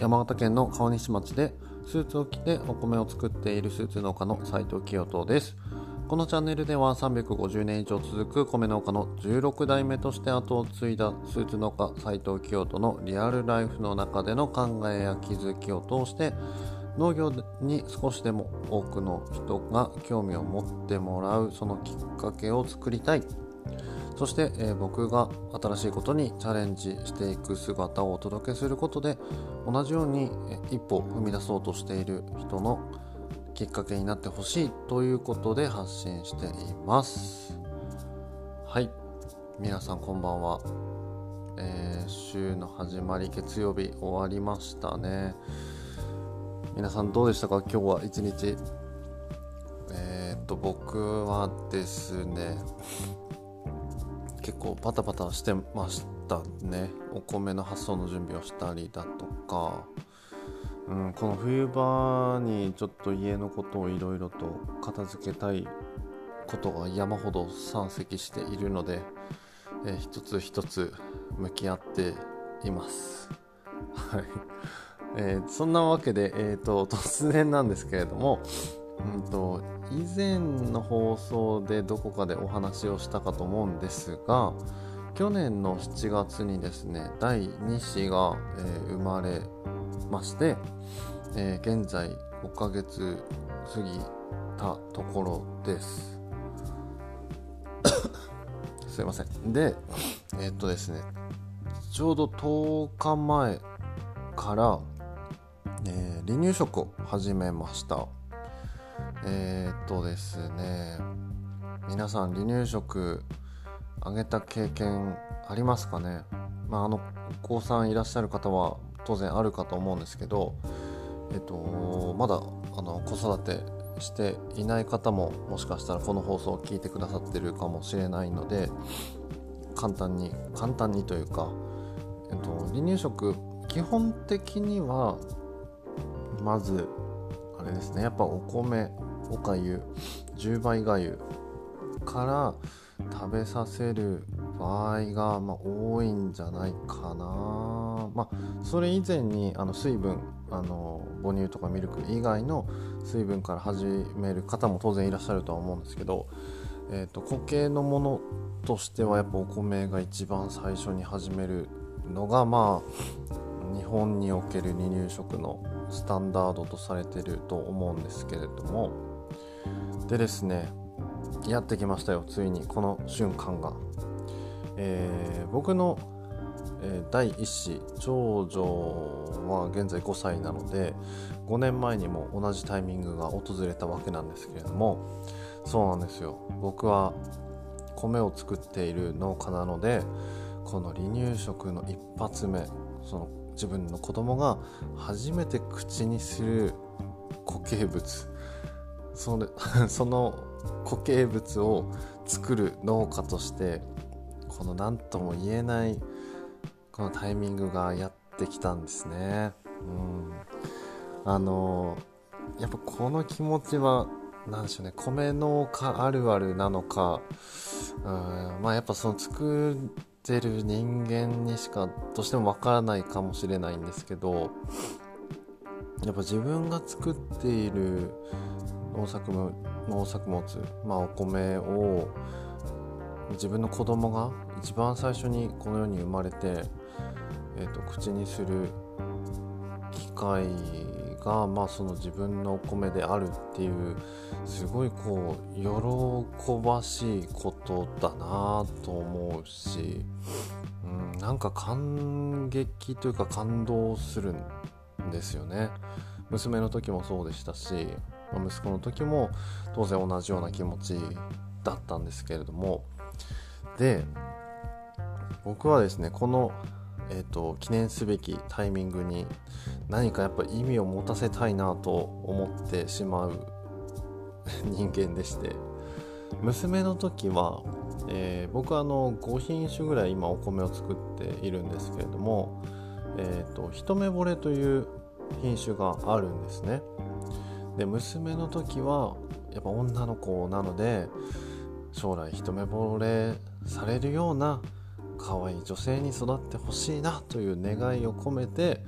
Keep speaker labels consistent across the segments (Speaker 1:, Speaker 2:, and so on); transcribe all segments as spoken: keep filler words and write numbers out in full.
Speaker 1: 山形県の川西町でスーツを着てお米を作っているスーツ農家の斉藤清人です。このチャンネルではさんびゃくごじゅうねん以上続く米農家のじゅうろくだいめとして後を継いだスーツ農家斉藤清人のリアルライフの中での考えや気づきを通して農業に少しでも多くの人が興味を持ってもらうそのきっかけを作りたい。そして、えー、僕が新しいことにチャレンジしていく姿をお届けすることで同じように一歩踏み出そうとしている人のきっかけになってほしいということで発信しています。はい、皆さんこんばんは。えー、週の始まり月曜日終わりましたね。皆さんどうでしたか？今日は一日。えー、っと僕はですね結構バタバタしてましたね。お米の発送の準備をしたりだとか、うん、この冬場にちょっと家のことをいろいろと片付けたいことが山ほど山積しているので、えー、一つ一つ向き合っています。はい、えー、そんなわけで、えーと、突然なんですけれども、うんと以前の放送でどこかでお話をしたかと思うんですが、去年のしちがつにですねだいに子が、えー、生まれまして、えー、現在ごかげつ過ぎたところですすいません。でえー、っとですねちょうどとおかまえから、えー、離乳食を始めました。えー、っとですね皆さん離乳食あげた経験ありますかね？まあ、あのお子さんいらっしゃる方は当然あるかと思うんですけど、えっとまだあの子育てしていない方ももしかしたらこの放送を聞いてくださってるかもしれないので、簡単に簡単にというか、えっと、離乳食基本的にはまずあれですね、やっぱお米おかゆじゅうばいがゆから食べさせる場合が、まあ、多いんじゃないかな。まあ、それ以前にあの水分あの母乳とかミルク以外の水分から始める方も当然いらっしゃるとは思うんですけど、えーと、固形のものとしてはやっぱお米が一番最初に始めるのが、まあ、日本における離乳食のスタンダードとされていると思うんですけれども、でですねやってきましたよ、ついにこの瞬間が。えー、僕の、えー、だいいっ子長女は現在ごさいなのでごねんまえにも同じタイミングが訪れたわけなんですけれども、そうなんですよ、僕は米を作っている農家なので、この離乳食の一発目、その自分の子供が初めて口にする固形物、そのその固形物を作る農家としてこの何とも言えないこのタイミングがやってきたんですね。うん、あのやっぱこの気持ちは何でしょうね、米農家あるあるなのか、うん、まあやっぱその作ってる人間にしかどうしてもわからないかもしれないんですけど、やっぱ自分が作っている農作物、農作物、まあお米を自分の子供が一番最初にこの世に生まれて、えーと、口にする機会が、まあ、その自分のお米であるっていうすごいこう喜ばしいことだなと思うし、うん、なんか感激というか感動するんですよね。娘の時もそうでしたし、息子の時も当然同じような気持ちだったんですけれども、で僕はですねこの、えーと、記念すべきタイミングに何かやっぱ意味を持たせたいなと思ってしまう人間でして、娘の時は、えー、僕はあのご品種ぐらい今お米を作っているんですけれども、えーと、一目惚れという品種があるんですね。で娘の時はやっぱ女の子なので将来一目惚れされるような可愛い女性に育ってほしいなという願いを込めて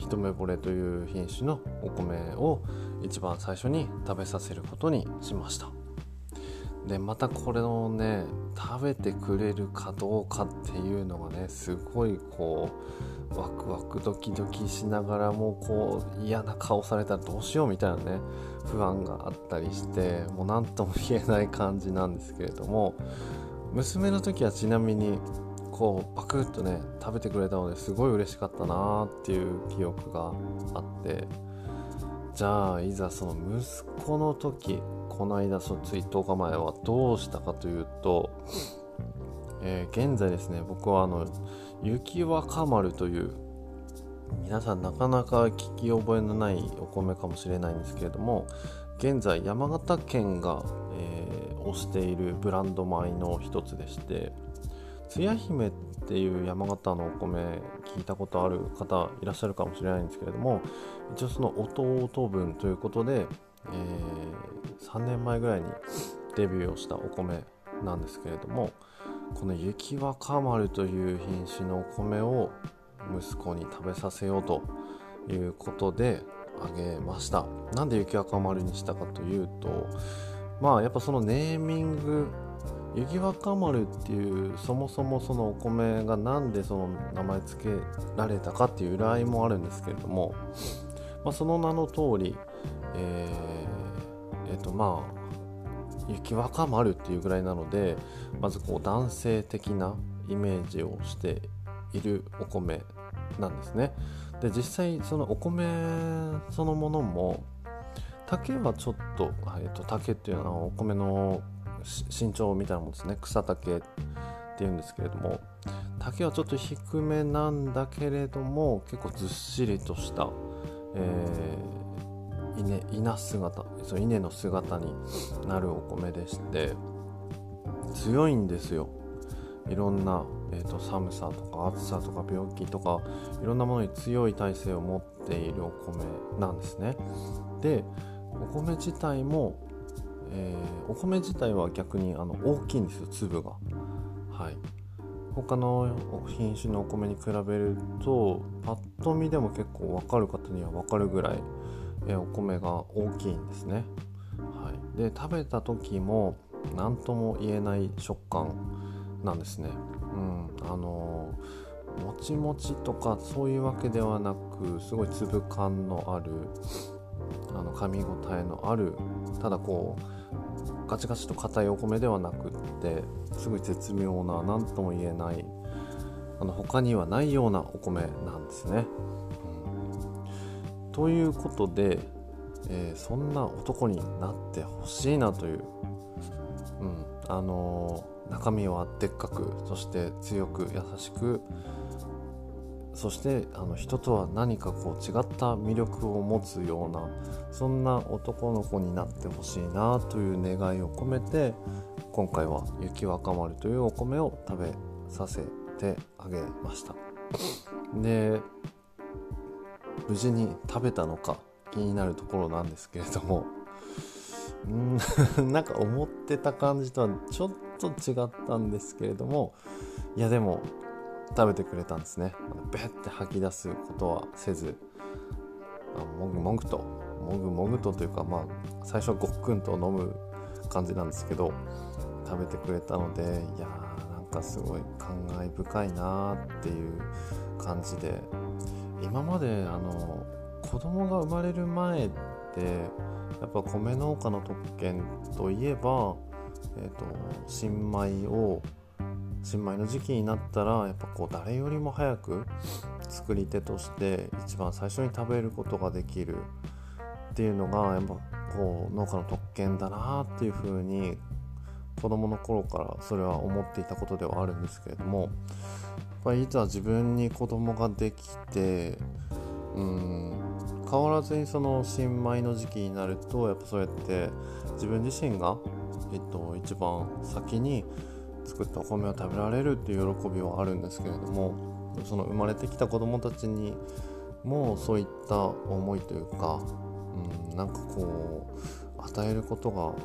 Speaker 1: 一目惚れという品種のお米を一番最初に食べさせることにしました。でまたこれをね食べてくれるかどうかっていうのがねすごいこうワクワクドキドキしながらもこう嫌な顔されたらどうしようみたいなね不安があったりして、もう何とも言えない感じなんですけれども、娘の時はちなみにこうパクッとね食べてくれたのですごい嬉しかったなっていう記憶があって、じゃあいざその息子の時、この間そついとおかまえはどうしたかというと、えー、現在ですね僕はあの雪若丸という皆さんなかなか聞き覚えのないお米かもしれないんですけれども、現在山形県が、えー、推しているブランド米の一つでして、つや姫っていう山形のお米聞いたことある方いらっしゃるかもしれないんですけれども、一応その弟分ということで、えー、さんねんまえぐらいにデビューをしたお米なんですけれども、この雪若丸という品種のお米を息子に食べさせようということであげました。なんで雪若丸にしたかというと、まあやっぱそのネーミング、雪若丸っていうそもそもそのお米がなんでその名前付けられたかっていう由来もあるんですけれども、まあ、その名の通り、えー、えーとまあ雪若丸っていうぐらいなので、まずこう男性的なイメージをしているお米なんですね。で実際そのお米そのものも竹はちょっと、えーと竹っていうのはお米の身長みたいなものですね。草丈っていうんですけれども、竹はちょっと低めなんだけれども結構ずっしりとした、えー、稲, 稲姿その稲の姿になるお米でして、強いんですよ。いろんな、えーと、寒さとか暑さとか病気とかいろんなものに強い耐性を持っているお米なんですね。でお米自体もえー、お米自体は逆にあの大きいんですよ、粒が。はい、他の品種のお米に比べるとパッと見でも結構分かる方には分かるぐらい、えー、お米が大きいんですね。はい、で食べた時も何とも言えない食感なんですね。うん、あのー、もちもちとかそういうわけではなく、すごい粒感のあるあの噛み応えのある、ただこうガチガチと硬いお米ではなくって、すごい絶妙な何とも言えない、あの他にはないようなお米なんですね。うん、ということで、えー、そんな男になってほしいなという、うん、あのー、中身はでっかく、そして強く優しく、そしてあの人とは何かこう違った魅力を持つような、そんな男の子になってほしいなという願いを込めて、今回は雪若丸というお米を食べさせてあげました。で無事に食べたのか気になるところなんですけれども、うーんなんか思ってた感じとはちょっと違ったんですけれども、いやでも食べてくれたんですね。ベッて吐き出すことはせず、もぐもぐともぐもぐとというか、まあ最初はごっくんと飲む感じなんですけど、食べてくれたので、いやーなんかすごい感慨深いなっていう感じで、今まであの子供が生まれる前ってやっぱ米農家の特権といえば、えーと、新米を新米の時期になったらやっぱこう誰よりも早く作り手として一番最初に食べることができるっていうのがやっぱこう農家の特権だなっていう風に子供の頃からそれは思っていたことではあるんですけれども、やっぱりいざ自分に子供ができて、うーん変わらずにその新米の時期になるとやっぱそうやって自分自身が、えっと、一番先に作ったお米を食べられるっていう喜びはあるんですけれども、その生まれてきた子どもたちにもそういった思いというか、うん、なんかこう与えることが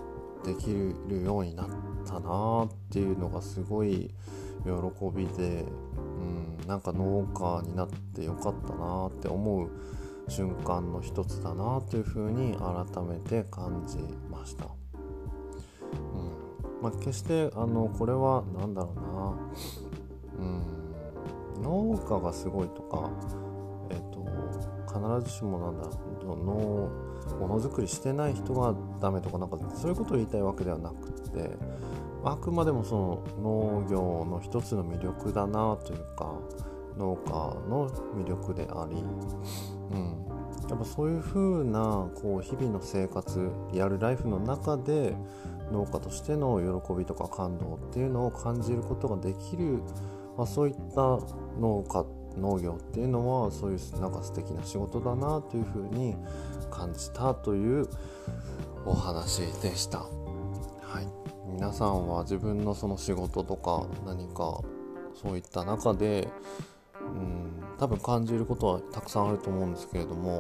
Speaker 1: できるようになったなっていうのがすごい喜びで、うん、なんか農家になってよかったなって思う瞬間の一つだなというふうに改めて感じました。うんまあ、決してあのこれはなんだろうな、うん、農家がすごいとか、えーと、必ずしもなんだ農ものづくりしてない人がダメとかなんかそういうことを言いたいわけではなくて、あくまでもその農業の一つの魅力だなというか、農家の魅力であり、うん、やっぱそういう風なこう日々の生活リアルライフの中で農家としての喜びとか感動っていうのを感じることができる、まあ、そういった農家農業っていうのはそういうなんか素敵な仕事だなというふうに感じたというお話でした。はい、皆さんは自分のその仕事とか何かそういった中で、うん、多分感じることはたくさんあると思うんですけれども、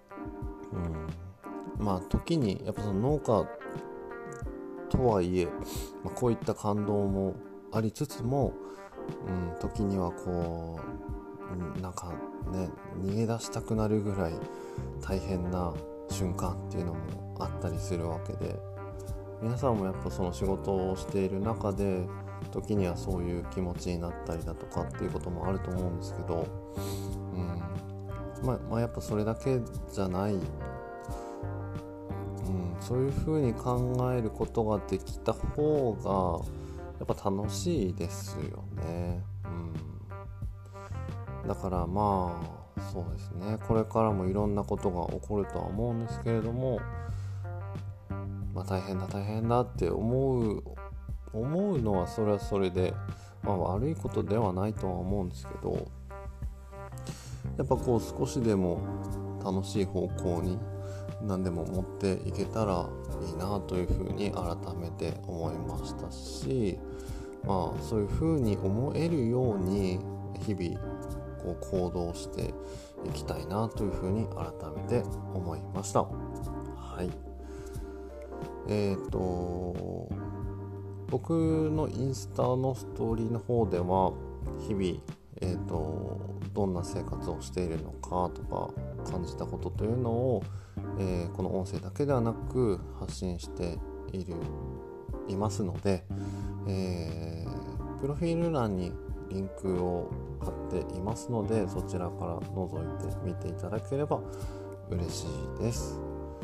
Speaker 1: うん、まあ時にやっぱその農家とはいえ、まあ、こういった感動もありつつも、うん、時にはこうなんかね逃げ出したくなるぐらい大変な瞬間っていうのもあったりするわけで、皆さんもやっぱその仕事をしている中で時にはそういう気持ちになったりだとかっていうこともあると思うんですけど、うんまあ、まあやっぱそれだけじゃない、うん、そういう風に考えることができた方がやっぱ楽しいですよね。うん、だからまあそうですね、これからもいろんなことが起こるとは思うんですけれども、まあ、大変だ大変だって思う思うのはそれはそれで、まあ、悪いことではないとは思うんですけど、やっぱこう少しでも楽しい方向に何でも持っていけたらいいなというふうに改めて思いましたし、まあそういうふうに思えるように日々こう行動していきたいなというふうに改めて思いました。はい。えーと僕のインスタのストーリーの方では日々、えーとどんな生活をしているのかとか感じたことというのを、えー、この音声だけではなく発信しているいますので、えー、プロフィール欄にリンクを貼っていますので、そちらから覗いてみていただければ嬉しいです。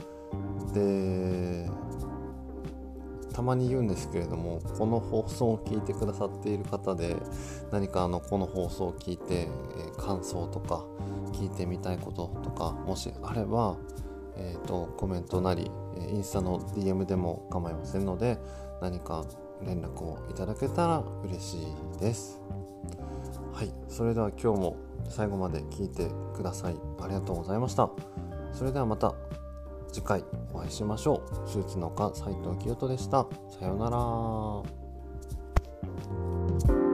Speaker 1: で、たまに言うんですけれども、この放送を聞いてくださっている方で何かあのこの放送を聞いて、えー、感想とか聞いてみたいこととかもしあれば、えーと、コメントなりインスタの ディーエム でも構いませんので、何か連絡をいただけたら嬉しいです。はい、それでは今日も最後まで聞いてくださいありがとうございました。それではまた次回お会いしましょう。スーツ農家斉藤清人でした。さようなら。